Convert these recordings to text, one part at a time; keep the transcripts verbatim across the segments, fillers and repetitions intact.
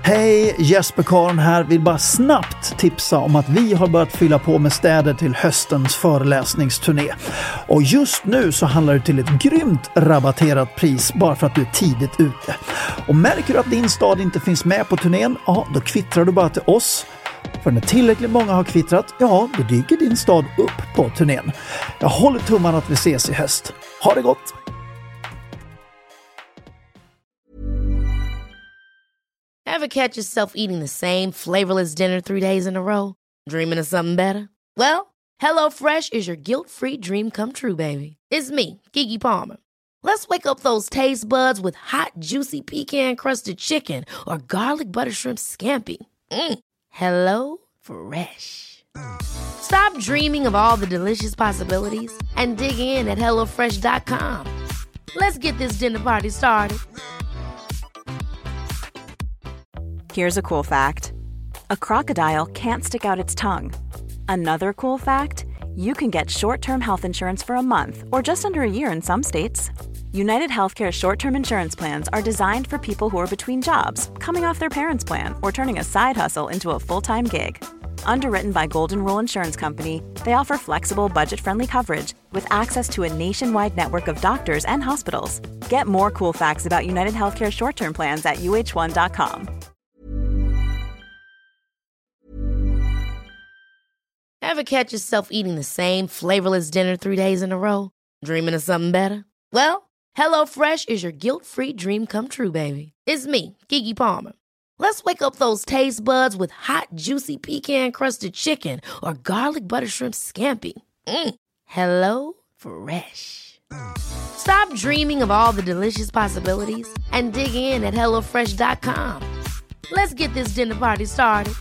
Hej, Jesper Karn här. Vill bara snabbt tipsa om att vi har börjat fylla på med städer till höstens föreläsningsturné. Och just nu så handlar det till ett grymt rabatterat pris bara för att du är tidigt ute. Och märker du att din stad inte finns med på turnén, ja, då kvittrar du bara till oss. För när tillräckligt många har kvittrat, ja, då dyker din stad upp på turnén. Jag håller tummarna att vi ses i höst. Ha det gott! Ever catch yourself eating the same flavorless dinner three days in a row? Dreaming of something better? Well, HelloFresh is your guilt-free dream come true, baby. It's me, Keke Palmer. Let's wake up those taste buds with hot, juicy pecan-crusted chicken or garlic butter shrimp scampi. Mm. Hello Fresh. Stop dreaming of all the delicious possibilities and dig in at hello fresh dot com. Let's get this dinner party started. Here's a cool fact. A crocodile can't stick out its tongue. Another cool fact, you can get short-term health insurance for a month or just under a year in some states. United Healthcare short-term insurance plans are designed for people who are between jobs, coming off their parents' plan, or turning a side hustle into a full-time gig. Underwritten by Golden Rule Insurance Company, they offer flexible, budget-friendly coverage with access to a nationwide network of doctors and hospitals. Get more cool facts about United Healthcare short-term plans at U H one dot com. Ever catch yourself eating the same flavorless dinner three days in a row? Dreaming of something better? Well, HelloFresh is your guilt-free dream come true, baby. It's me, Keke Palmer. Let's wake up those taste buds with hot, juicy pecan-crusted chicken or garlic butter shrimp scampi. Mm. Hello Fresh. Stop dreaming of all the delicious possibilities and dig in at hello fresh dot com. Let's get this dinner party started.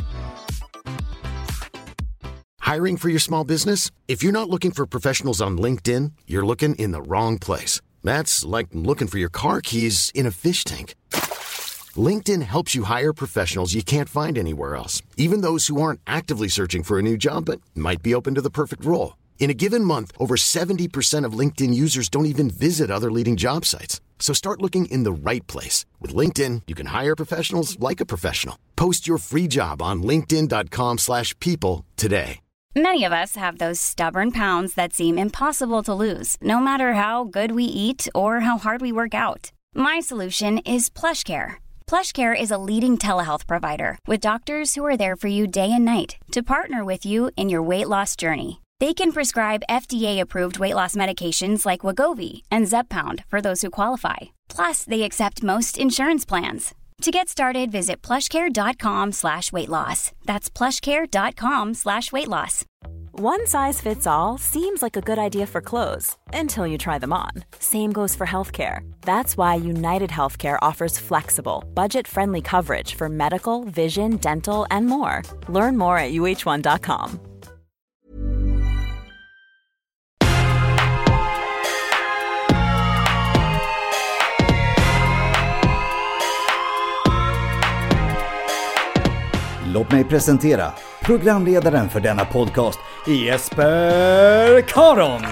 Hiring for your small business? If you're not looking for professionals on LinkedIn, you're looking in the wrong place. That's like looking for your car keys in a fish tank. LinkedIn helps you hire professionals you can't find anywhere else, even those who aren't actively searching for a new job but might be open to the perfect role. In a given month, over seventy percent of LinkedIn users don't even visit other leading job sites. So start looking in the right place. With LinkedIn, you can hire professionals like a professional. Post your free job on linkedin dot com slash people today. Many of us have those stubborn pounds that seem impossible to lose, no matter how good we eat or how hard we work out. My solution is PlushCare. PlushCare is a leading telehealth provider with doctors who are there for you day and night to partner with you in your weight loss journey. They can prescribe F D A-approved weight loss medications like Wegovy and Zepbound for those who qualify. Plus, they accept most insurance plans. To get started, visit plushcare.com slash weight loss. That's plushcare.com slash weight loss. One size fits all seems like a good idea for clothes until you try them on. Same goes for healthcare. That's why United Healthcare offers flexible, budget-friendly coverage for medical, vision, dental, and more. Learn more at U H one dot com. Låt mig presentera programledaren för denna podcast, Jesper Karn.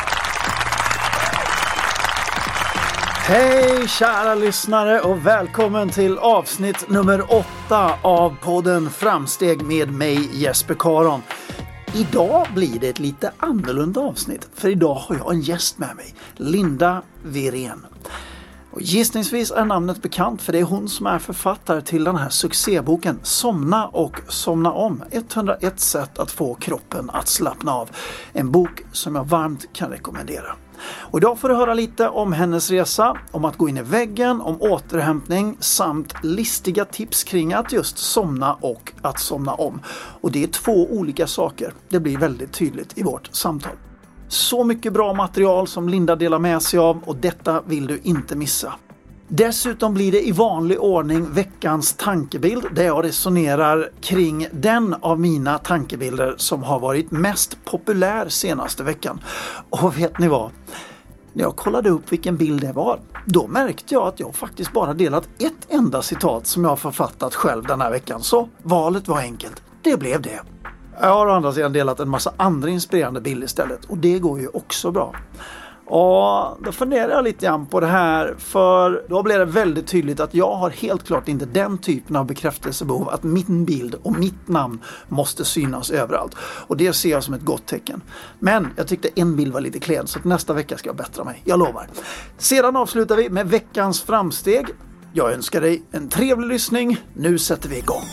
Hej kära lyssnare och välkommen till avsnitt nummer åtta av podden Framsteg med mig Jesper Karn. Idag blir det ett lite annorlunda avsnitt, för idag har jag en gäst med mig, Linda Wirén. Och gissningsvis är namnet bekant, för det är hon som är författare till den här succéboken Somna och somna om. etthundraett sätt att få kroppen att slappna av. En bok som jag varmt kan rekommendera. Och idag får du höra lite om hennes resa, om att gå in i väggen, om återhämtning samt listiga tips kring att just somna och att somna om. Och det är två olika saker. Det blir väldigt tydligt i vårt samtal. Så mycket bra material som Linda delar med sig av, och detta vill du inte missa. Dessutom blir det i vanlig ordning veckans tankebild, där jag resonerar kring den av mina tankebilder som har varit mest populär senaste veckan. Och vet ni vad? När jag kollade upp vilken bild det var, då märkte jag att jag faktiskt bara delat ett enda citat som jag har författat själv den här veckan. Så valet var enkelt. Det blev det. Jag har å andra sidan delat en massa andra inspirerande bilder istället, och det går ju också bra. Ja, då funderar jag lite grann på det här, för då blir det väldigt tydligt att jag har helt klart inte den typen av bekräftelsebehov att min bild och mitt namn måste synas överallt. Och det ser jag som ett gott tecken. Men jag tyckte en bild var lite klen, så att nästa vecka ska jag bättra mig. Jag lovar. Sedan avslutar vi med veckans framsteg. Jag önskar dig en trevlig lyssning. Nu sätter vi igång.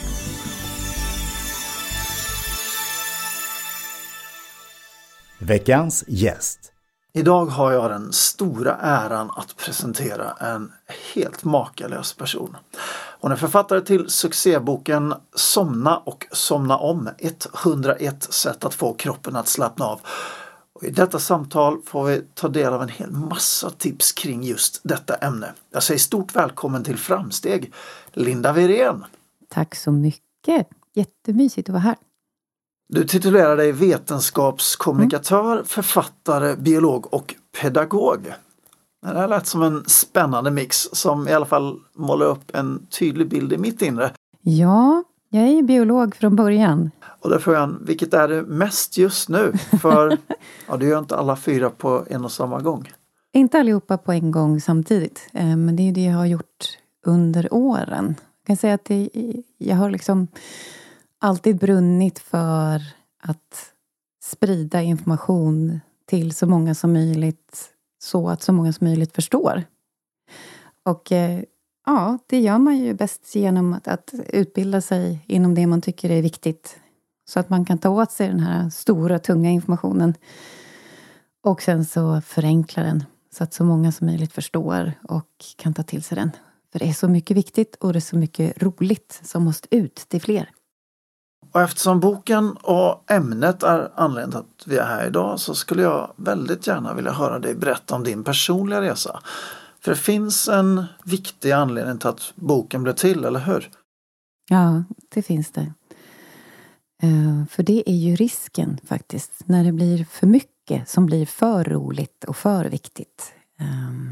Veckans gäst. Idag har jag den stora äran att presentera en helt makalös person. Hon är författare till succéboken Somna och somna om. etthundraett sätt att få kroppen att slappna av. Och i detta samtal får vi ta del av en hel massa tips kring just detta ämne. Jag säger stort välkommen till Framsteg, Linda Wirén. Tack så mycket. Jättemysigt att vara här. Du titulerar dig vetenskapskommunikatör, mm. författare, biolog och pedagog. Det här lät som en spännande mix som i alla fall målar upp en tydlig bild i mitt inre. Ja, jag är biolog från början. Och där frågar jag, vilket är det mest just nu? För ja, du gör inte alla fyra på en och samma gång. Inte allihopa på en gång samtidigt. Men det är det jag har gjort under åren. Jag kan säga att det, jag har liksom alltid brunnit för att sprida information till så många som möjligt, så att så många som möjligt förstår. Och ja, det gör man ju bäst genom att, att utbilda sig inom det man tycker är viktigt. Så att man kan ta åt sig den här stora, tunga informationen. Och sen så förenkla den. Så att så många som möjligt förstår och kan ta till sig den. För det är så mycket viktigt och det är så mycket roligt som måste ut till fler. Och eftersom boken och ämnet är anledningen till att vi är här idag, så skulle jag väldigt gärna vilja höra dig berätta om din personliga resa. För det finns en viktig anledning till att boken blev till, eller hur? Ja, det finns det. Uh, för det är ju risken faktiskt. När det blir för mycket som blir för roligt och för viktigt. Um,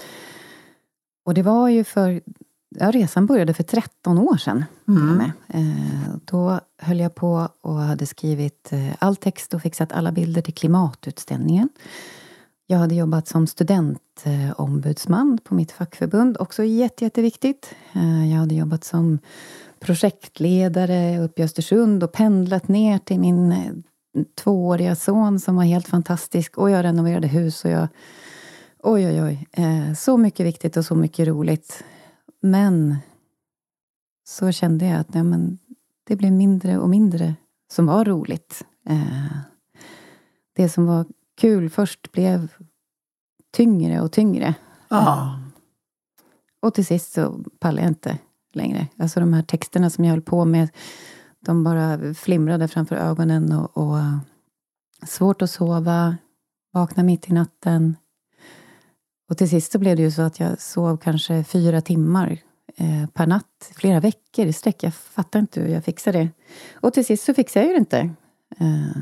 och det var ju för... Ja, resan började för tretton år sedan. Mm. Uh, då höll jag på och hade skrivit uh, all text och fixat alla bilder till klimatutställningen. Jag hade jobbat som studentombudsman uh, på mitt fackförbund. Också jätte, jätteviktigt. Uh, jag hade jobbat som projektledare uppe i Östersund och pendlat ner till min tvååriga son som var helt fantastisk. Och jag renoverade hus och jag... Oj, oj, oj. Eh, så mycket viktigt och så mycket roligt. Men så kände jag att ja, men, det blev mindre och mindre som var roligt. Eh, det som var kul först blev tyngre och tyngre. Ah. Eh, och till sist så pallade jag inte längre. Alltså de här texterna som jag höll på med, de bara flimrade framför ögonen och, och svårt att sova, vakna mitt i natten. Och till sist så blev det ju så att jag sov kanske fyra timmar eh, per natt, flera veckor i sträck. Jag fattar inte hur jag fixade det. Och till sist så fixade jag ju det inte. Eh,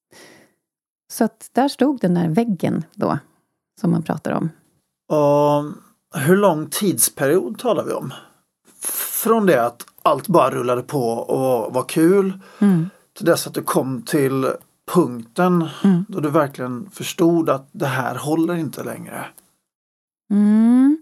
så att där stod den där väggen då, som man pratar om. Och hur lång tidsperiod talar vi om? Från det att allt bara rullade på och var kul mm. till dess att du kom till punkten mm. då du verkligen förstod att det här håller inte längre. Mm.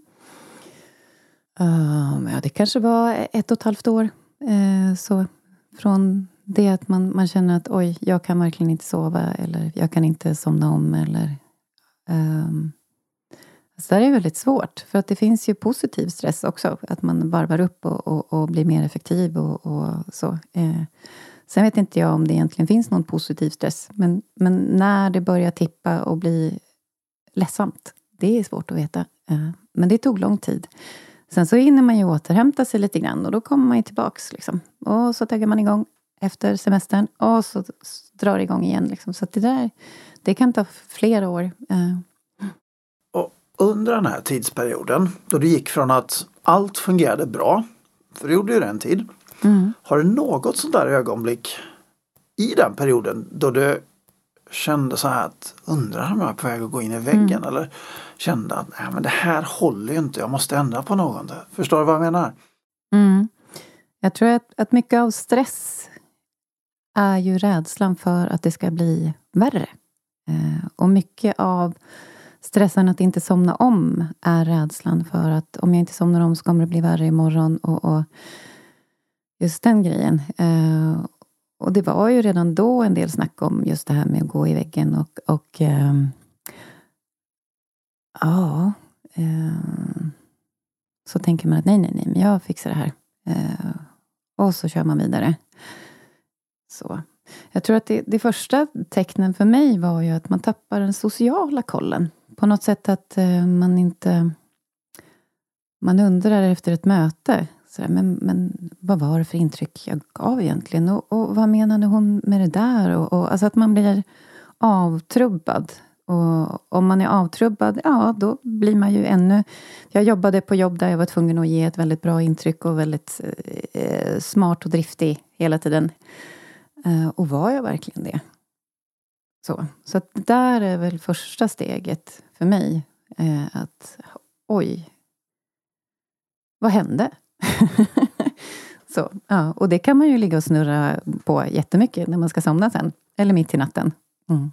Um, ja, det kanske var ett och ett halvt år. Uh, så från det att man, man känner att oj, jag kan verkligen inte sova eller jag kan inte somna om eller... Um, Så det är väldigt svårt. För att det finns ju positiv stress också. Att man varvar upp och, och, och blir mer effektiv och, och så. Eh, sen vet inte jag om det egentligen finns någon positiv stress. Men, men när det börjar tippa och bli ledsamt. Det är svårt att veta. Eh, men det tog lång tid. Sen så hinner man ju återhämta sig lite grann. Och då kommer man ju tillbaks liksom. Och så taggar man igång efter semestern. Och så drar det igång igen liksom. Så att det där, det kan ta flera år. Eh, Under den här tidsperioden, då du gick från att allt fungerade bra, för det gjorde ju det en tid, mm. har du något sånt där ögonblick i den perioden då du kände så här att undrar om jag är på väg att gå in i väggen mm. eller kände att nej, men det här håller ju inte, jag måste ändra på något. Förstår du vad jag menar? Mm. Jag tror att, att mycket av stress är ju rädslan för att det ska bli värre. Eh, och mycket av stressen att inte somna om är rädslan för att om jag inte somnar om så kommer det bli värre imorgon. Och, och just den grejen. Eh, och det var ju redan då en del snack om just det här med att gå i väggen. Och, och eh, ja, eh, så tänker man att nej, nej, nej, men jag fixar det här. Eh, och så kör man vidare. Så. Jag tror att det, det första tecknen för mig var ju att man tappar den sociala kollen. På något sätt att eh, man inte... Man undrar efter ett möte. Så där, men, men vad var det för intryck jag gav egentligen? Och, och vad menade hon med det där? Och, och, alltså att man blir avtrubbad. Och om man är avtrubbad, ja då blir man ju ännu... Jag jobbade på jobb där jag var tvungen att ge ett väldigt bra intryck. Och väldigt eh, smart och driftig hela tiden. Eh, och var jag verkligen det? Så, så att det där är väl första steget för mig. Eh, att, oj... Vad hände? Så, ja, och det kan man ju ligga och snurra på jättemycket när man ska somna sen. Eller mitt i natten. Mm.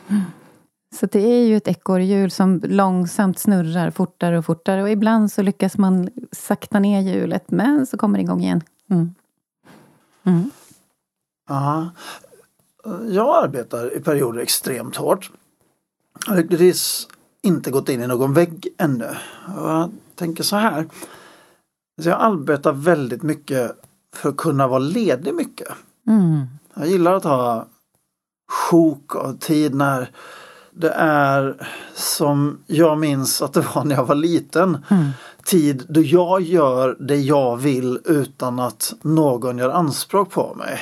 Så det är ju ett ekorrhjul som långsamt snurrar fortare och fortare. Och ibland så lyckas man sakta ner hjulet. Men så kommer det igång igen. Mm. Mm. Ja. Jag arbetar i perioder extremt hårt. Jag har lyckligtvis inte gått in i någon vägg ännu. Jag tänker så här. Så jag arbetar väldigt mycket för att kunna vara ledig mycket. Mm. Jag gillar att ha sjok av tid när det är som jag minns att det var när jag var liten. Mm. Tid då jag gör det jag vill utan att någon gör anspråk på mig.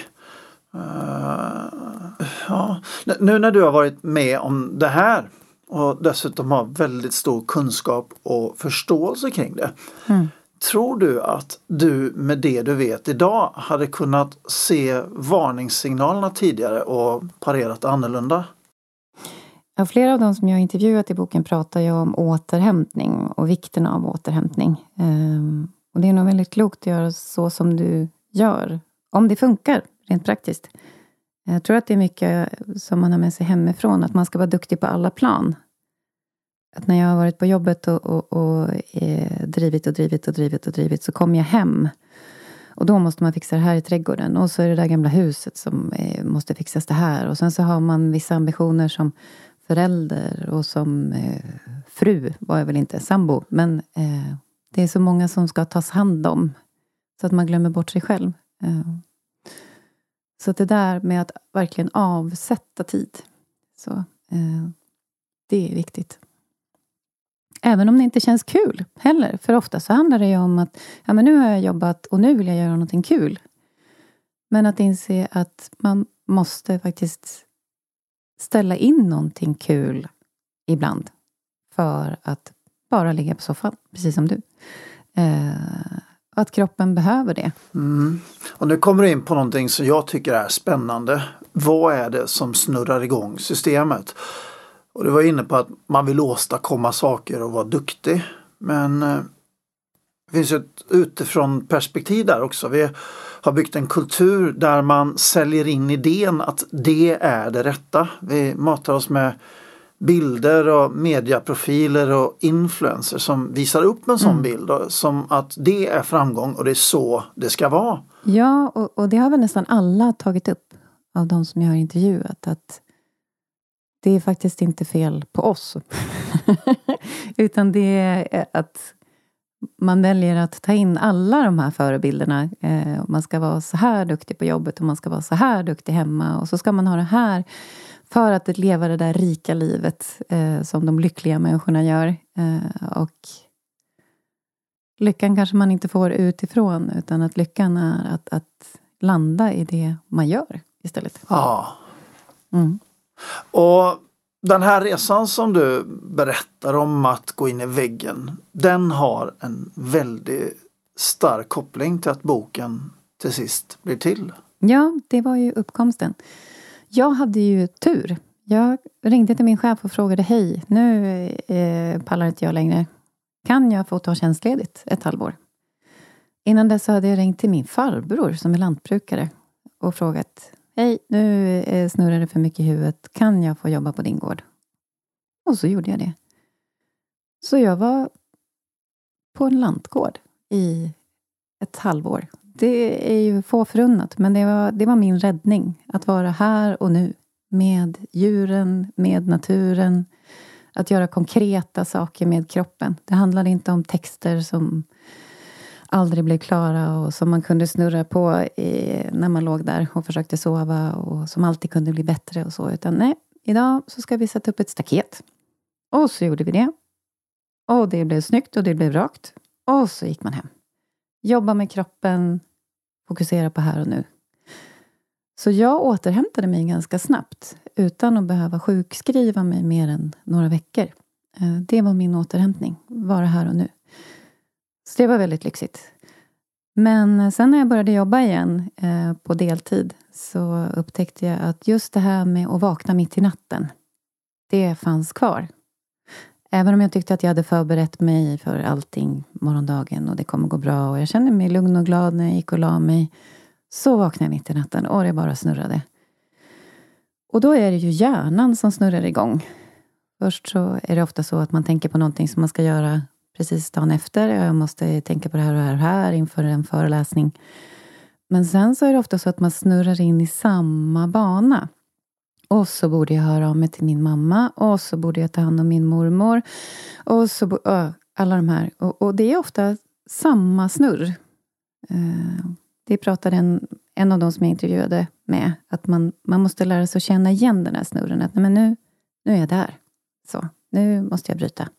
Uh, ja. Nu när du har varit med om det här och dessutom har väldigt stor kunskap och förståelse kring det. Mm. Tror du att du med det du vet idag hade kunnat se varningssignalerna tidigare och parerat annorlunda? Ja, flera av de som jag har intervjuat i boken pratar ju om återhämtning och vikten av återhämtning. Um, och det är nog väldigt klokt att göra så som du gör. Om det funkar, rent praktiskt. Jag tror att det är mycket som man har med sig hemifrån. Att man ska vara duktig på alla plan. Att när jag har varit på jobbet och, och, och eh, drivit och drivit och drivit och drivit så kommer jag hem. Och då måste man fixa det här i trädgården. Och så är det där gamla huset som eh, måste fixas det här. Och sen så har man vissa ambitioner som förälder och som eh, fru. Var jag väl inte, sambo. Men eh, det är så många som ska tas hand om. Så att man glömmer bort sig själv. Eh. Så att det där med att verkligen avsätta tid. Så eh, det är viktigt. Även om det inte känns kul heller. För ofta så handlar det ju om att ja, men nu har jag jobbat och nu vill jag göra någonting kul. Men att inse att man måste faktiskt ställa in någonting kul ibland. För att bara ligga på soffan, precis som du. Eh, att kroppen behöver det. Mm. Och nu kommer du in på någonting som jag tycker är spännande. Vad är det som snurrar igång systemet? Och du var inne på att man vill åstadkomma saker och vara duktig. Men eh, det finns ju ett utifrån perspektiv där också. Vi har byggt en kultur där man säljer in idén att det är det rätta. Vi matar oss med bilder och mediaprofiler och influencers som visar upp en sån mm. bild. Och, som att det är framgång och det är så det ska vara. Ja, och, och det har väl nästan alla tagit upp av de som jag har intervjuat. Att det är faktiskt inte fel på oss. Utan det är att man väljer att ta in alla de här förebilderna. Eh, man ska vara så här duktig på jobbet och man ska vara så här duktig hemma. Och så ska man ha det här för att leva det där rika livet eh, som de lyckliga människorna gör. Eh, och lyckan kanske man inte får utifrån utan att lyckan är att, att landa i det man gör istället. Ja. Mm. Och den här resan som du berättar om att gå in i väggen, den har en väldigt stark koppling till att boken till sist blir till. Ja, det var ju uppkomsten. Jag hade ju tur. Jag ringde till min chef och frågade, hej, nu eh, pallar inte jag längre. Kan jag få ta tjänstledigt ett halvår? Innan dess hade jag ringt till min farbror som är lantbrukare och frågat, hej, nu snurrar det för mycket i huvudet. Kan jag få jobba på din gård? Och så gjorde jag det. Så jag var på en lantgård i ett halvår. Det är ju få förunnat, men det var, det var min räddning. Att vara här och nu. Med djuren, med naturen. Att göra konkreta saker med kroppen. Det handlade inte om texter som aldrig blev klara. Och som man kunde snurra på i, när man låg där och försökte sova. Och som alltid kunde bli bättre och så. Utan nej, idag så ska vi sätta upp ett staket. Och så gjorde vi det. Och det blev snyggt och det blev rakt. Och så gick man hem. Jobba med kroppen. Fokusera på här och nu. Så jag återhämtade mig ganska snabbt. Utan att behöva sjukskriva mig mer än några veckor. Det var min återhämtning. Vara här och nu. Så det var väldigt lyxigt. Men sen när jag började jobba igen på deltid. Så upptäckte jag att just det här med att vakna mitt i natten. Det fanns kvar. Även om jag tyckte att jag hade förberett mig för allting morgondagen. Och det kommer gå bra. Och jag kände mig lugn och glad när jag gick och la mig. Så vaknade jag mitt i natten och det bara snurrade. Och då är det ju hjärnan som snurrar igång. Först så är det ofta så att man tänker på någonting som man ska göra precis dagen efter. Jag måste tänka på det här och det här och här inför en föreläsning. Men sen så är det ofta så att man snurrar in i samma bana. Och så borde jag höra om mig till min mamma. Och så borde jag ta hand om min mormor. Och så bo- ö, alla de här. Och, och det är ofta samma snurr. Uh, det pratade en, en av de som jag intervjuade med. Att man, man måste lära sig att känna igen den här snurren. Att men nu, nu är jag där. Så, nu måste jag bryta.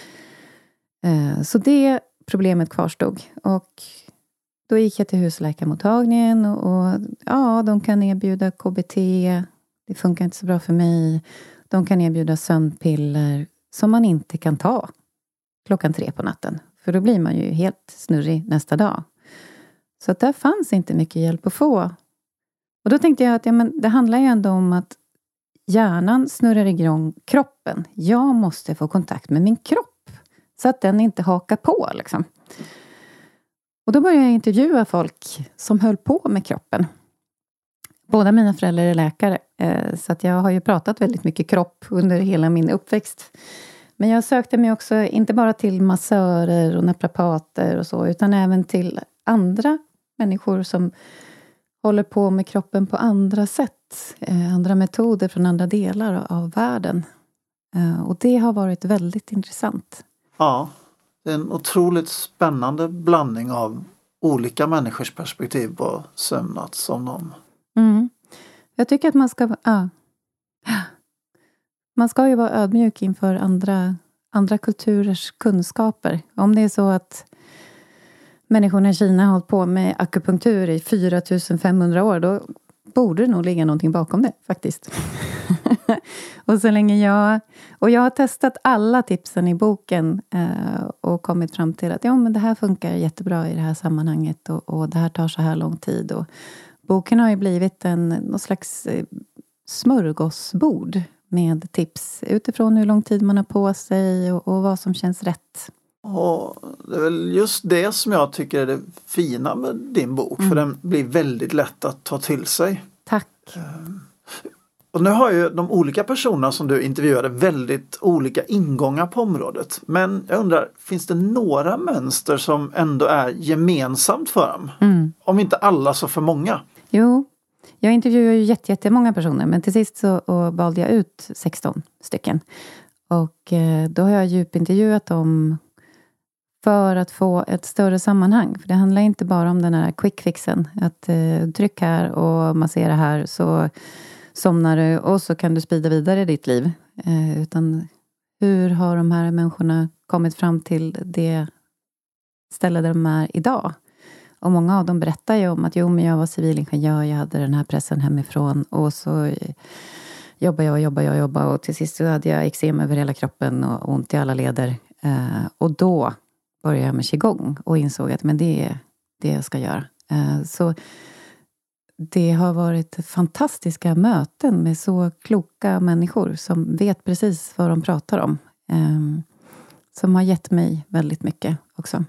Uh, så det problemet kvarstod. Och då gick jag till husläkarmottagningen. Och, och ja, de kan erbjuda K B T. Det funkar inte så bra för mig. De kan erbjuda sömnpiller som man inte kan ta klockan tre på natten. För då blir man ju helt snurrig nästa dag. Så att där fanns inte mycket hjälp att få. Och då tänkte jag att ja, men det handlar ju ändå om att hjärnan snurrar igång kroppen. Jag måste få kontakt med min kropp. Så att den inte hakar på liksom. Och då började jag intervjua folk som höll på med kroppen. Båda mina föräldrar är läkare. Så att jag har ju pratat väldigt mycket kropp under hela min uppväxt. Men jag sökte mig också inte bara till massörer och naprapater och så. Utan även till andra människor som håller på med kroppen på andra sätt. Andra metoder från andra delar av världen. Och det har varit väldigt intressant. Ja, det är en otroligt spännande blandning av olika människors perspektiv på sömnat som de. Mm. Jag tycker att man ska ja. Man ska ju vara ödmjuk inför andra, andra kulturers kunskaper. Om det är så att människorna i Kina har hållit på med akupunktur i fyra tusen femhundra år, då borde det nog ligga någonting bakom det faktiskt. Och så länge jag och jag har testat alla tipsen i boken eh, och kommit fram till att ja, men det här funkar jättebra i det här sammanhanget och, och det här tar så här lång tid. Och boken har ju blivit en någon slags eh, smörgåsbord med tips utifrån hur lång tid man har på sig och, och vad som känns rätt. Och det är väl just det som jag tycker är det fina med din bok. Mm. För den blir väldigt lätt att ta till sig. Tack. Och nu har ju de olika personerna som du intervjuade väldigt olika ingångar på området. Men jag undrar, finns det några mönster som ändå är gemensamt för dem? Mm. Om inte alla så för många. Jo, jag intervjuar ju jätte, jättemånga personer. Men till sist så och valde jag ut sexton stycken. Och eh, då har jag djupintervjuat dem för att få ett större sammanhang. För det handlar inte bara om den här quick fixen. Att eh, tryck här och massera här så somnar du och så kan du sprida vidare i ditt liv. Eh, utan hur har de här människorna kommit fram till det ställe där de är idag? Och många av dem berättar ju om att jo, men jag var civilingenjör, jag hade den här pressen hemifrån och så jobbar jag och jobbar jag och jobbar och till sist så hade jag eksem över hela kroppen och ont i alla leder. Eh, och då började jag med qigong och insåg att men det är det jag ska göra. Eh, så det har varit fantastiska möten med så kloka människor som vet precis vad de pratar om. Eh, som har gett mig väldigt mycket också.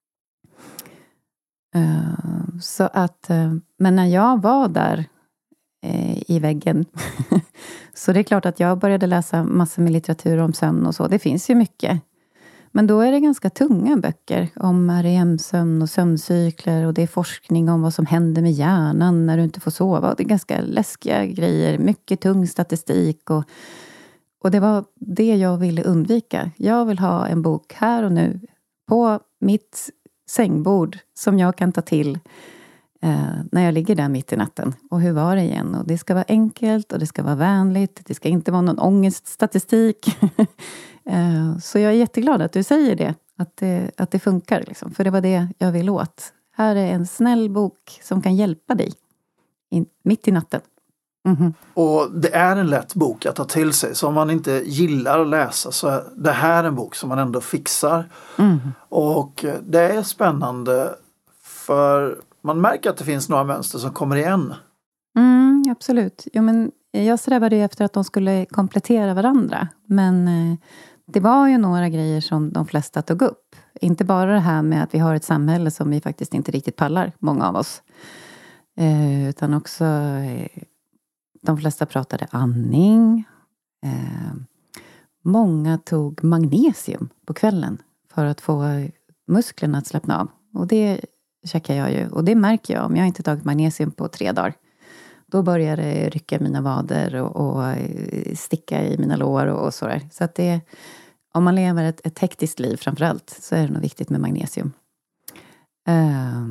Uh, så att, uh, men när jag var där uh, i väggen så det är klart att jag började läsa massor med litteratur om sömn och så. Det finns ju mycket. Men då är det ganska tunga böcker om R E M-sömn och sömncykler. Och det är forskning om vad som händer med hjärnan när du inte får sova. Och det är ganska läskiga grejer. Mycket tung statistik. Och, och det var det jag ville undvika. Jag vill ha en bok här och nu på mitt sängbord som jag kan ta till eh, när jag ligger där mitt i natten. Och hur var det igen? Och det ska vara enkelt och det ska vara vänligt. Det ska inte vara någon ångeststatistik. eh, så jag är jätteglad att du säger det. Att det, att det funkar. Liksom. För det var det jag ville åt. Här är en snäll bok som kan hjälpa dig in, mitt i natten. Mm-hmm. Och det är en lätt bok att ta till sig. Så om man inte gillar att läsa så är det här en bok som man ändå fixar. Mm. Och det är spännande för man märker att det finns några mönster som kommer igen. Mm, absolut. Jo, men jag strävade efter att de skulle komplettera varandra. Men eh, det var ju några grejer som de flesta tog upp. Inte bara det här med att vi har ett samhälle som vi faktiskt inte riktigt pallar, många av oss. Eh, utan också... Eh, De flesta pratade andning. Eh, många tog magnesium på kvällen för att få musklerna att slappna av. Och det checkar jag ju. Och det märker jag om jag inte tagit magnesium på tre dagar. Då börjar det rycka mina vader och, och sticka i mina lår och, och sådär. Så att det, om man lever ett, ett hektiskt liv framförallt så är det nog viktigt med magnesium. Eh,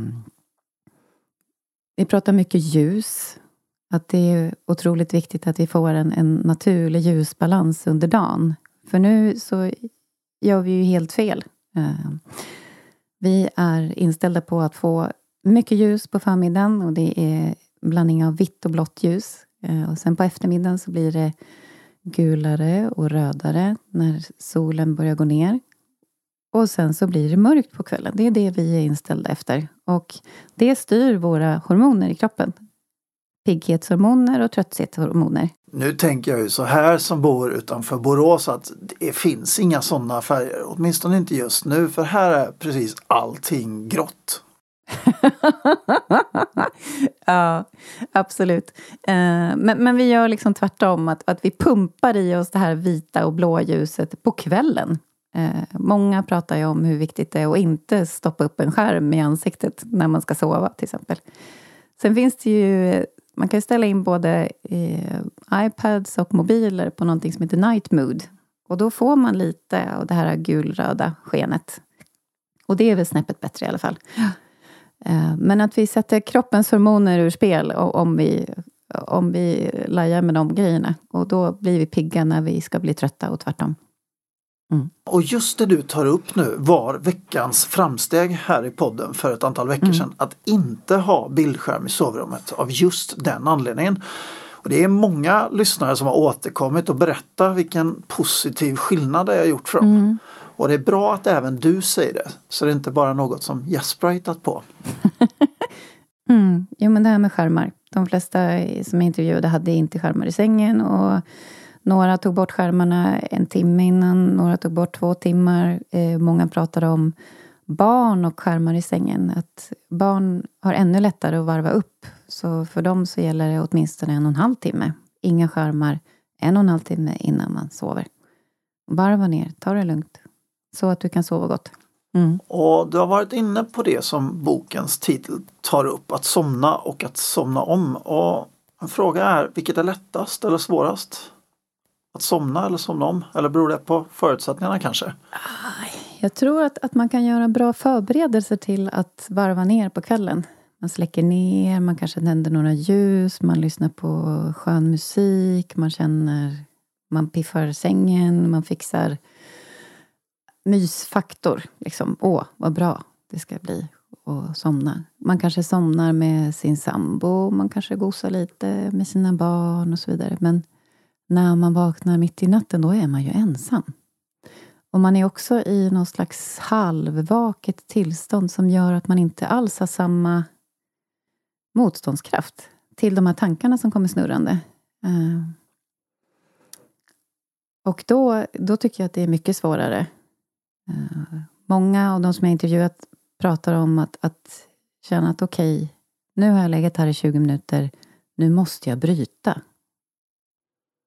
vi pratar mycket ljus. Att det är otroligt viktigt att vi får en, en naturlig ljusbalans under dagen. För nu så gör vi ju helt fel. Vi är inställda på att få mycket ljus på förmiddagen. Och det är blandning av vitt och blått ljus. Och sen på eftermiddagen så blir det gulare och rödare när solen börjar gå ner. Och sen så blir det mörkt på kvällen. Det är det vi är inställda efter. Och det styr våra hormoner i kroppen. Pigghetshormoner och trötthetshormoner. Nu tänker jag ju så här som bor utanför Borås att det finns inga sådana färger. Åtminstone inte just nu, för här är precis allting grått. Ja, absolut. Eh, men, men vi gör liksom tvärtom, att, att vi pumpar i oss det här vita och blåa ljuset på kvällen. Eh, många pratar ju om hur viktigt det är att inte stoppa upp en skärm i ansiktet när man ska sova till exempel. Sen finns det ju, man kan ju ställa in både eh, iPads och mobiler på någonting som heter Night Mood. Och då får man lite av det här gulröda skenet. Och det är väl snäppet bättre i alla fall. Eh, men att vi sätter kroppens hormoner ur spel om vi, om vi lajar med de grejerna. Och då blir vi pigga när vi ska bli trötta och tvärtom. Mm. Och just det du tar upp nu var veckans framsteg här i podden för ett antal veckor mm. sedan. Att inte ha bildskärm i sovrummet av just den anledningen. Och det är många lyssnare som har återkommit och berättat vilken positiv skillnad det har gjort för dem. Mm. Och det är bra att även du säger det. Så det är inte bara något som Jesper har hittat på. mm. Jo, men det här med skärmar. De flesta som jag intervjuade hade inte skärmar i sängen och några tog bort skärmarna en timme innan, några tog bort två timmar. Eh, många pratade om barn och skärmar i sängen. Att barn har ännu lättare att varva upp. Så för dem så gäller det åtminstone en och en halv timme. Inga skärmar, en och en halv timme innan man sover. Varva ner, ta det lugnt. Så att du kan sova gott. Mm. Och du har varit inne på det som bokens titel tar upp. Att somna och att somna om. Och en fråga är, vilket är lättast eller svårast? Att somna eller somna om? Eller beror det på förutsättningarna kanske? Jag tror att, att man kan göra bra förberedelser till att varva ner på kvällen. Man släcker ner, man kanske tänder några ljus, man lyssnar på skön musik, man känner, man piffar sängen, man fixar mysfaktor. Liksom, åh, vad bra det ska bli att somna. Man kanske somnar med sin sambo, man kanske gosar lite med sina barn och så vidare. Men när man vaknar mitt i natten, då är man ju ensam. Och man är också i någon slags halvvaket tillstånd som gör att man inte alls har samma motståndskraft till de här tankarna som kommer snurrande. Uh. Och då, då tycker jag att det är mycket svårare. Uh. Många av de som jag intervjuat pratar om att, att känna att okej, okay, nu har jag legat här i tjugo minuter, nu måste jag bryta.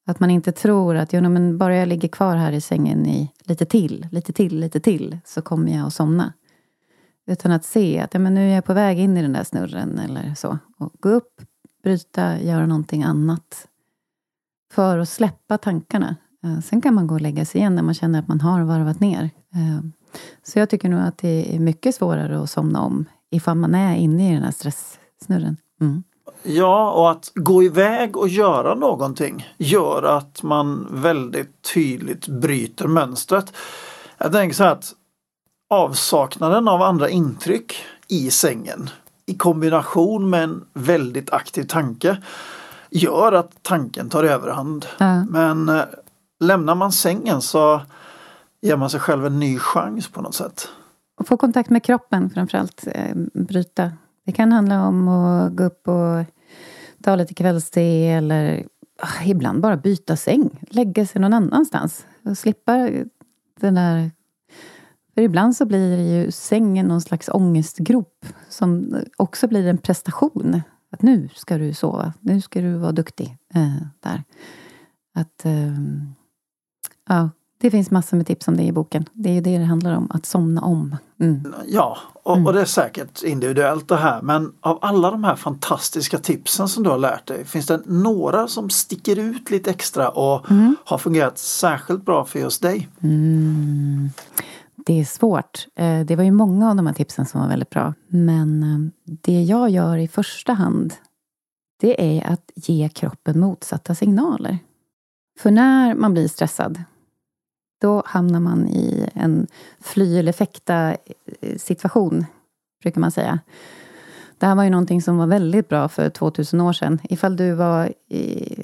Att man inte tror att jo, men bara jag ligger kvar här i sängen i lite till, lite till, lite till så kommer jag att somna. Utan att se att ja, men nu är jag på väg in i den där snurren eller så. Och gå upp, bryta, göra någonting annat. För att släppa tankarna. Sen kan man gå och lägga sig igen när man känner att man har varvat ner. Så jag tycker nog att det är mycket svårare att somna om ifall man är inne i den här stresssnurren. Mm. Ja, och att gå iväg och göra någonting gör att man väldigt tydligt bryter mönstret. Jag tänker så här att avsaknaden av andra intryck i sängen i kombination med en väldigt aktiv tanke gör att tanken tar överhand. Ja. Men eh, lämnar man sängen så ger man sig själv en ny chans på något sätt. Och få kontakt med kroppen framförallt. Eh, bryta. Det kan handla om att gå upp och ta lite kvällste eller ah, ibland bara byta säng. Lägga sig någon annanstans. Och slippa den där... För ibland så blir ju sängen någon slags ångestgrop som också blir en prestation. Att nu ska du sova. Nu ska du vara duktig. Eh, där. Att... Eh, ja... Det finns massor med tips om det i boken. Det är ju det det handlar om, att somna om. Mm. Ja, och, mm. och det är säkert individuellt det här. Men av alla de här fantastiska tipsen som du har lärt dig, finns det några som sticker ut lite extra och mm. har fungerat särskilt bra för just dig? Mm. Det är svårt. Det var ju många av de här tipsen som var väldigt bra. Men det jag gör i första hand, det är att ge kroppen motsatta signaler. För när man blir stressad, då hamnar man i en fly eller fäkta situation, brukar man säga. Det här var ju någonting som var väldigt bra för tvåtusen år sedan. Ifall du var i,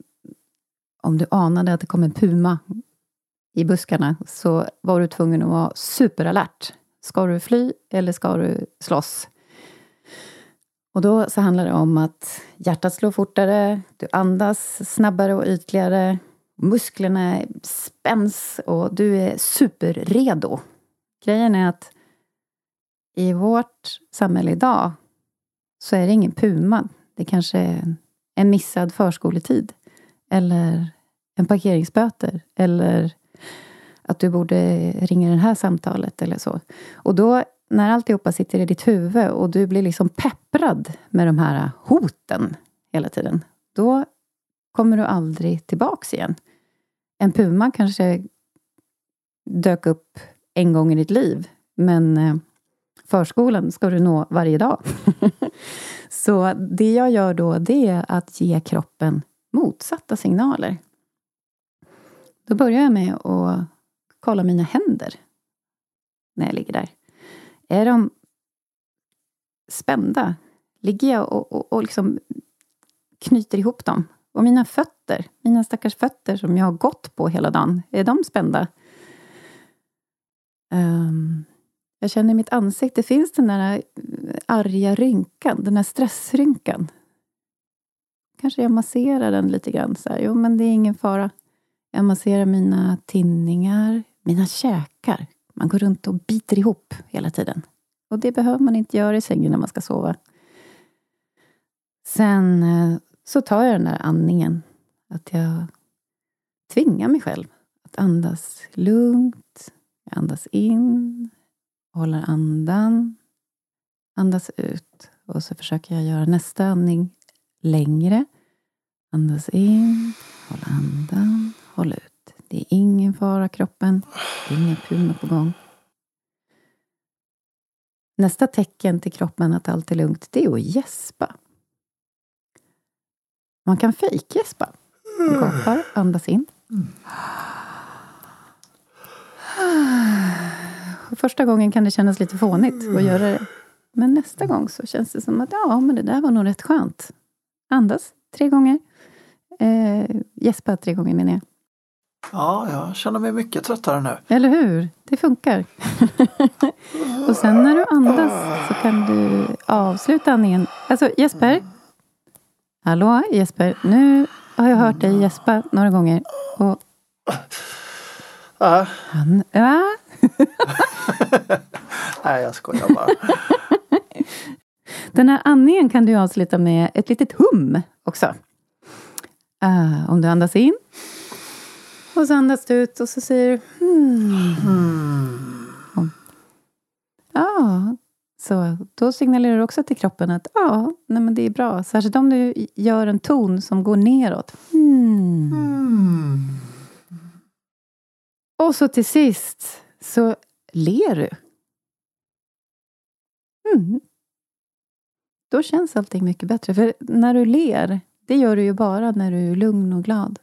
om du anade att det kom en puma i buskarna, så var du tvungen att vara superalert. Ska du fly eller ska du slåss? Och då så handlar det om att hjärtat slår fortare, du andas snabbare och ytligare. Musklerna spänns och du är superredo. Grejen är att i vårt samhälle idag så är det ingen puma. Det kanske är en missad förskoletid. Eller en parkeringsböter. Eller att du borde ringa det här samtalet eller så. Och då när alltihopa sitter i ditt huvud och du blir liksom pepprad med de här hoten hela tiden. Då kommer du aldrig tillbaks igen. En puma kanske dök upp en gång i ditt liv. Men eh, förskolan ska du nå varje dag. Så det jag gör då, det är att ge kroppen motsatta signaler. Då börjar jag med att kolla mina händer när jag ligger där. Är de spända? Ligger jag och, och, och liksom knyter ihop dem? Och mina fötter, mina stackars fötter som jag har gått på hela dagen, är de spända? Um, jag känner i mitt ansikte, finns den där arga rynkan, den där stressrynkan. Kanske jag masserar den lite grann så här. Jo, men det är ingen fara. Jag masserar mina tinningar, mina käkar. Man går runt och biter ihop hela tiden. Och det behöver man inte göra i sängen när man ska sova. Sen så tar jag den där andningen. Att jag tvingar mig själv att andas lugnt. Jag andas in. Håller andan. Andas ut. Och så försöker jag göra nästa andning längre. Andas in. Håll andan. Håll ut. Det är ingen fara kroppen. Det är ingen puma på gång. Nästa tecken till kroppen att allt är lugnt, det är att gäspa. Man kan fejkgäspa. Man gapar, andas in. Första gången kan det kännas lite fånigt att göra det. Men nästa gång så känns det som att ja, men det där var nog rätt skönt. Andas tre gånger. Eh, gäspa tre gånger menar jag. Ja, jag känner mig mycket tröttare nu. Eller hur? Det funkar. Och sen när du andas så kan du avsluta andningen. Alltså Jesper. Hallå Jesper. Nu har jag hört dig gäspa några gånger. Och... Äh. Han... Ja. Nej, jag skojar bara. Den här andningen kan du avsluta med ett litet hum också. Uh, om du andas in. Och så andas du ut och så säger du hmm. Mm. Ja, så då signalerar du också till kroppen att ja, nej men det är bra. Särskilt om du gör en ton som går neråt. Hmm. Mm. Och så till sist så ler du. Mm. Då känns allting mycket bättre. För när du ler, det gör du ju bara när du är lugn och glad.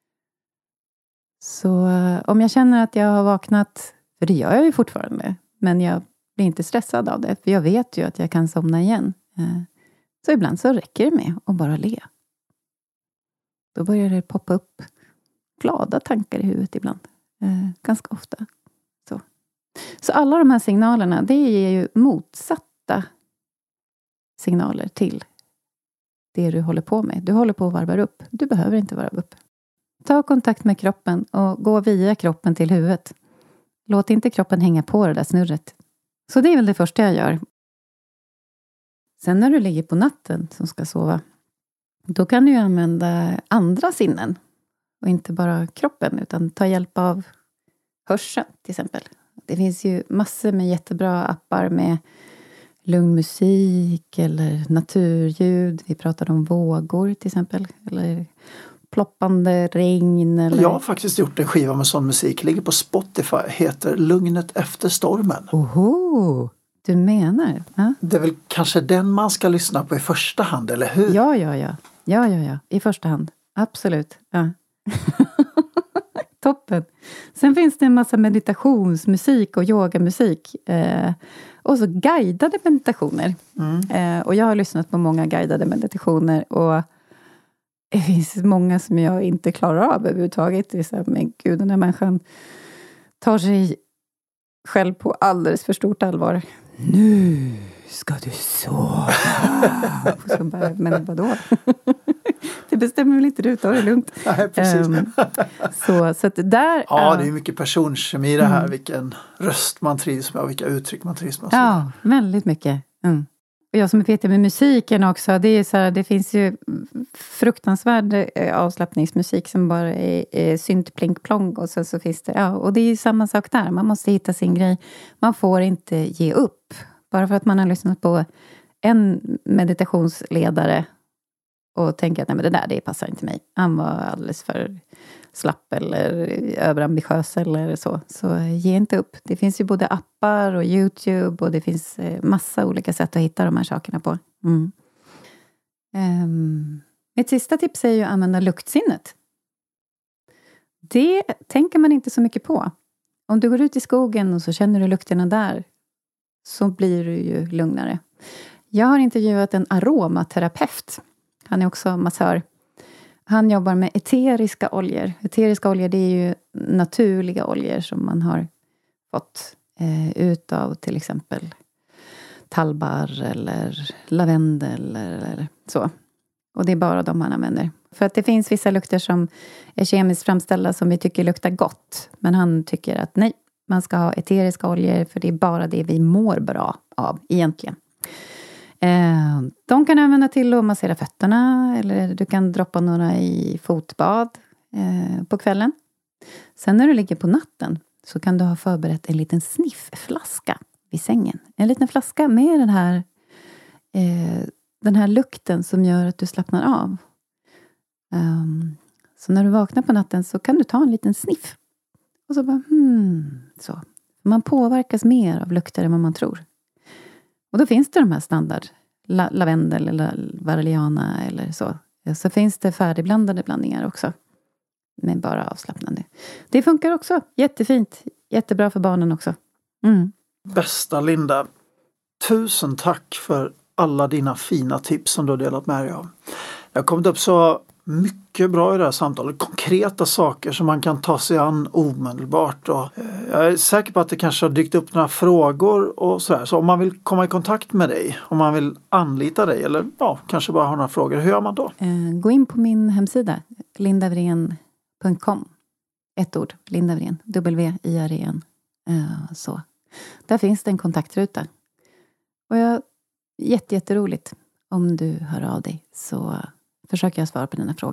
Så om jag känner att jag har vaknat, för det gör jag ju fortfarande, men jag blir inte stressad av det, för jag vet ju att jag kan somna igen. Så ibland så räcker det med att bara le. Då börjar det poppa upp glada tankar i huvudet ibland. Ganska ofta. Så, så alla de här signalerna, det ger ju motsatta signaler till det du håller på med. Du håller på att varva upp. Du behöver inte varva upp. Ta kontakt med kroppen och gå via kroppen till huvudet. Låt inte kroppen hänga på det där snurret. Så det är väl det första jag gör. Sen när du ligger på natten som ska sova, då kan du ju använda andra sinnen. Och inte bara kroppen, utan ta hjälp av hörseln till exempel. Det finns ju massor med jättebra appar med lugn musik eller naturljud. Vi pratade om vågor till exempel. Eller ploppande regn. Eller... Jag har faktiskt gjort en skiva med sån musik. Ligger på Spotify. Heter Lugnet efter stormen. Oho, du menar? Ja. Det är väl kanske den man ska lyssna på i första hand, eller hur? Ja, ja, ja. Ja, ja, ja. I första hand. Absolut. Ja. Toppen. Sen finns det en massa meditationsmusik och yogamusik. Eh, och så guidade meditationer. Mm. Eh, och jag har lyssnat på många guidade meditationer. Och det finns många som jag inte klarar av överhuvudtaget. Det är så här, men gud, den här människan tar sig själv på alldeles för stort allvar. Nu ska du sova. Så bara, men vadå? Det bestämmer väl inte du, ta det lugnt. Nej, precis. Um, så, så att där... Ja, uh, det är mycket personkemi i det här. Mm. Vilken röst man trivs med och vilka uttryck man trivs med. Ja, väldigt mycket. Mm. Och jag som är petig med musiken också. Det är så här, det finns ju fruktansvärd avslappningsmusik som bara är, är synt, plink, plong. Och så, så finns det... Ja, och det är ju samma sak där. Man måste hitta sin grej. Man får inte ge upp. Bara för att man har lyssnat på en meditationsledare och tänker att nej, men det där, det passar inte mig. Han var alldeles för slapp eller överambitiös eller så. Så ge inte upp. Det finns ju både appar och YouTube och det finns massa olika sätt att hitta de här sakerna på. Mm. Um, mitt sista tips är ju att använda luktsinnet. Det tänker man inte så mycket på. Om du går ut i skogen och så känner du lukterna där, så blir du ju lugnare. Jag har intervjuat en aromaterapeut. Han är också massör. Han jobbar med eteriska oljor. Eteriska oljor, det är ju naturliga oljor som man har fått eh, ut av till exempel tallbarr eller lavendel eller så. Och det är bara de han använder. För att det finns vissa lukter som är kemiskt framställda som vi tycker luktar gott. Men han tycker att nej, man ska ha eteriska oljor för det är bara det vi mår bra av egentligen. Eh, de kan använda till att massera fötterna eller du kan droppa några i fotbad eh, på kvällen. Sen när du ligger på natten så kan du ha förberett en liten sniffflaska vid sängen. En liten flaska med den här, eh, den här lukten som gör att du slappnar av. Um, så när du vaknar på natten så kan du ta en liten sniff. Och så bara, hmm, så. Man påverkas mer av lukter än vad man tror. Och då finns det de här standard. La- lavendel eller valeriana eller så. Så finns det färdigblandade blandningar också. Men bara avslappnande. Det funkar också. Jättefint. Jättebra för barnen också. Mm. Bästa Linda. Tusen tack för alla dina fina tips som du har delat med dig av. Det har kommit upp så mycket bra i det här samtalet. Konkreta saker som man kan ta sig an omedelbart. Och jag är säker på att det kanske har dykt upp några frågor och sådär. Så om man vill komma i kontakt med dig, om man vill anlita dig eller ja, kanske bara har några frågor, hur gör man då? Gå in på min hemsida lindavren punkt com. Ett ord, Lindavren, W I R E N. Så. Där finns det en kontaktruta. Och jag, jätte, jätteroligt om du hör av dig så försöker jag svara på dina frågor.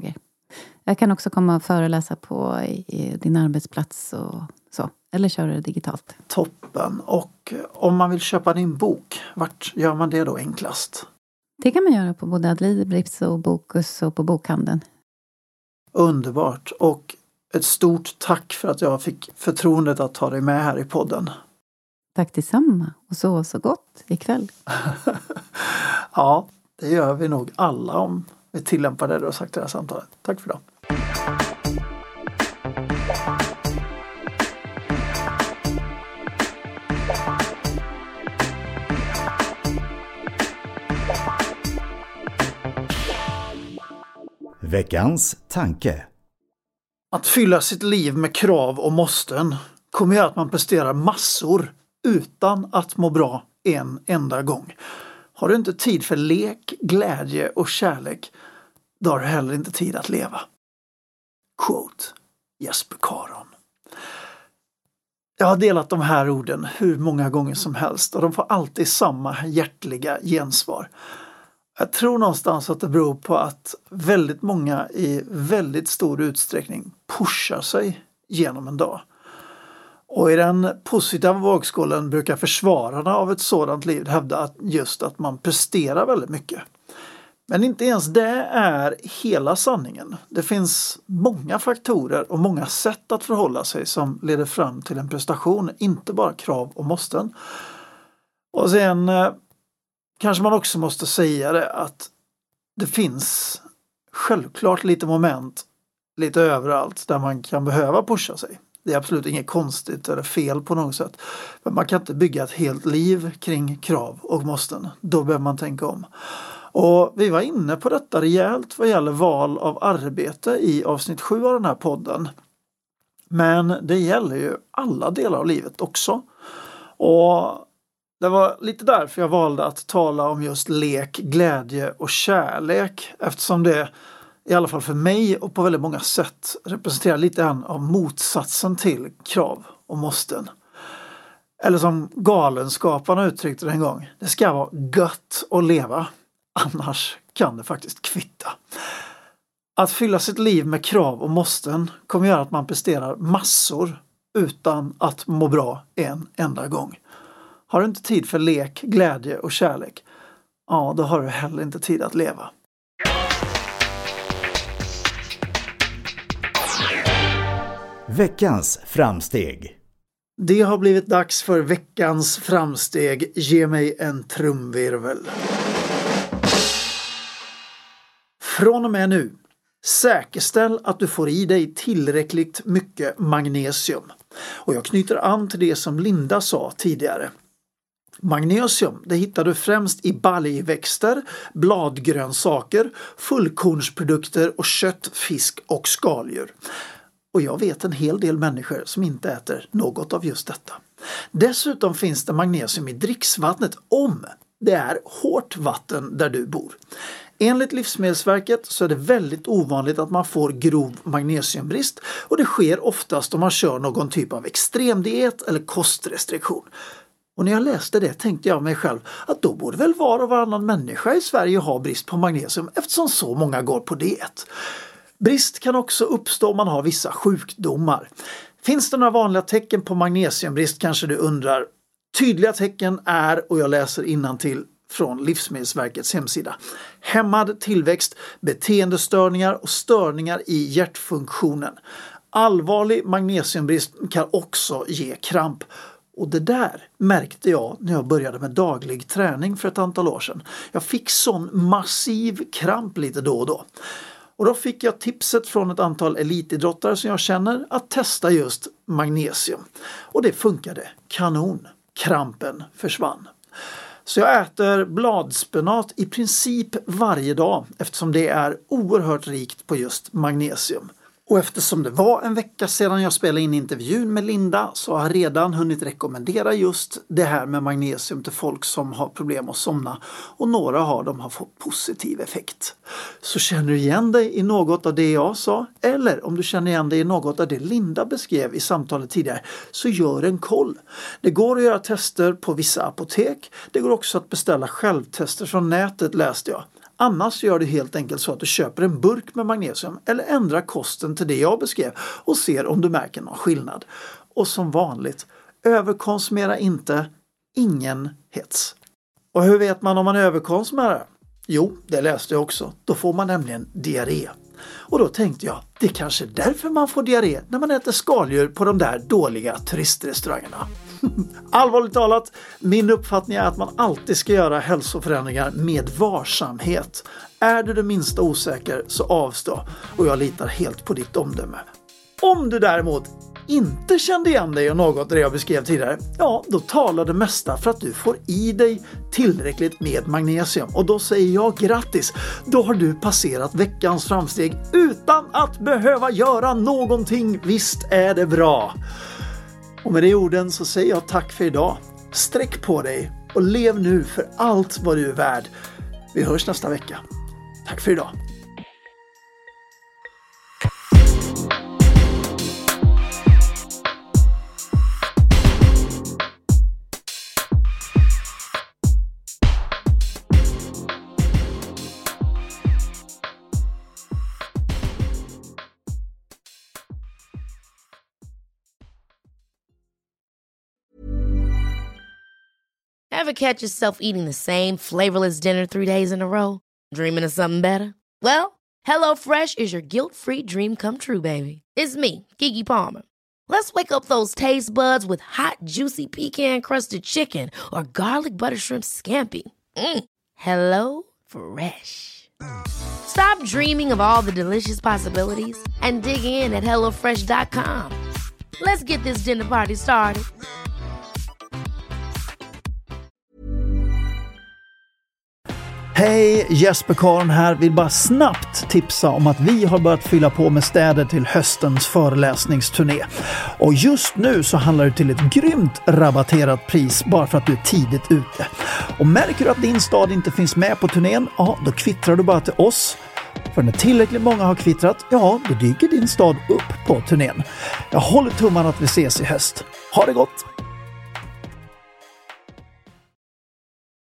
Jag kan också komma och föreläsa på i, i din arbetsplats och så. Eller köra det digitalt. Toppen. Och om man vill köpa din bok, vart gör man det då enklast? Det kan man göra på både Adlibris och Bokus och på bokhandeln. Underbart. Och ett stort tack för att jag fick förtroendet att ta dig med här i podden. Tack detsamma. Och så så gott ikväll. Ja, det gör vi nog alla om vi tillämpar det du har sagt i det här samtalet. Tack för det. Veckans tanke. Att fylla sitt liv med krav och måsten kommer göra att man presterar massor utan att må bra en enda gång. Har du inte tid för lek, glädje och kärlek, då har du heller inte tid att leva. Quote Jesper Caron. Jag har delat de här orden hur många gånger som helst och de får alltid samma hjärtliga gensvar. Jag tror någonstans att det beror på att väldigt många i väldigt stor utsträckning pushar sig genom en dag. Och i den positiva vågskålen brukar försvararna av ett sådant liv hävda att just att man presterar väldigt mycket. Men inte ens det är hela sanningen. Det finns många faktorer och många sätt att förhålla sig som leder fram till en prestation, inte bara krav och måsten. Och sen kanske man också måste säga det att det finns självklart lite moment lite överallt där man kan behöva pusha sig. Det är absolut inget konstigt eller fel på något sätt. Men man kan inte bygga ett helt liv kring krav och måsten. Då behöver man tänka om. Och vi var inne på detta rejält vad gäller val av arbete i avsnitt sju av den här podden. Men det gäller ju alla delar av livet också. Och det var lite därför jag valde att tala om just lek, glädje och kärlek. Eftersom det i alla fall för mig och på väldigt många sätt representerar lite grann av motsatsen till krav och måsten. Eller som Galenskaparna uttryckte det en gång. Det ska vara gött att leva. Annars kan det faktiskt kvitta. Att fylla sitt liv med krav och måsten kommer göra att man presterar massor utan att må bra en enda gång. Har du inte tid för lek, glädje och kärlek, ja, då har du heller inte tid att leva. Veckans framsteg. Det har blivit dags för veckans framsteg. Ge mig en trumvirvel. Från och med nu, säkerställ att du får i dig tillräckligt mycket magnesium. Och jag knyter an till det som Linda sa tidigare. Magnesium, det hittar du främst i baljväxter, bladgrönsaker, fullkornsprodukter och kött, fisk och skaldjur. Och jag vet en hel del människor som inte äter något av just detta. Dessutom finns det magnesium i dricksvattnet om det är hårt vatten där du bor. Enligt Livsmedelsverket så är det väldigt ovanligt att man får grov magnesiumbrist och det sker oftast om man kör någon typ av extremdiet eller kostrestriktion. Och när jag läste det tänkte jag mig själv att då borde väl var och varannan människa i Sverige ha brist på magnesium eftersom så många går på diet. Brist kan också uppstå om man har vissa sjukdomar. Finns det några vanliga tecken på magnesiumbrist kanske du undrar? Tydliga tecken är, och jag läser innantill från Livsmedelsverkets hemsida, hämmad tillväxt, beteendestörningar och störningar i hjärtfunktionen. Allvarlig magnesiumbrist kan också ge kramp. Och det där märkte jag när jag började med daglig träning för ett antal år sedan. Jag fick sån massiv kramp lite då och då. Och då fick jag tipset från ett antal elitidrottare som jag känner att testa just magnesium. Och det funkade kanon. Krampen försvann. Så jag äter bladspenat i princip varje dag eftersom det är oerhört rikt på just magnesium. Och eftersom det var en vecka sedan jag spelade in intervjun med Linda så har jag redan hunnit rekommendera just det här med magnesium till folk som har problem att somna. Och några av dem har fått positiv effekt. Så känner du igen dig i något av det jag sa? Eller om du känner igen dig i något av det Linda beskrev i samtalet tidigare så gör en koll. Det går att göra tester på vissa apotek. Det går också att beställa självtester från nätet läste jag. Annars gör du helt enkelt så att du köper en burk med magnesium eller ändrar kosten till det jag beskrev och ser om du märker någon skillnad. Och som vanligt, överkonsumera inte, ingen hets. Och hur vet man om man överkonsumerar? Jo, det läste jag också. Då får man nämligen diarré. Och då tänkte jag, det är kanske därför man får diarré när man äter skaldjur på de där dåliga turistrestaurangerna. Allvarligt talat, min uppfattning är att man alltid ska göra hälsoförändringar med varsamhet. Är du det minsta osäker så avstå, och jag litar helt på ditt omdöme. Om du däremot inte kände igen dig och något det jag beskrev tidigare, ja, då talar det mesta för att du får i dig tillräckligt med magnesium. Och då säger jag grattis, då har du passerat veckans framsteg utan att behöva göra någonting. Visst är det bra. Och med de orden så säger jag tack för idag. Sträck på dig och lev nu för allt vad du är värd. Vi hörs nästa vecka. Tack för idag. Ever catch yourself eating the same flavorless dinner three days in a row? Dreaming of something better? Well, HelloFresh is your guilt-free dream come true, baby. It's me, Keke Palmer. Let's wake up those taste buds with hot, juicy pecan-crusted chicken or garlic butter shrimp scampi. Mm. Hello Fresh. Stop dreaming of all the delicious possibilities and dig in at hello fresh dot com. Let's get this dinner party started. Hej, Jesper Karn här. Vill bara snabbt tipsa om att vi har börjat fylla på med städer till höstens föreläsningsturné. Och just nu så handlar det till ett grymt rabatterat pris bara för att du är tidigt ute. Och märker du att din stad inte finns med på turnén, ja, då kvittrar du bara till oss. För när tillräckligt många har kvittrat, ja, då dyker din stad upp på turnén. Jag håller tummarna att vi ses i höst. Ha det gott!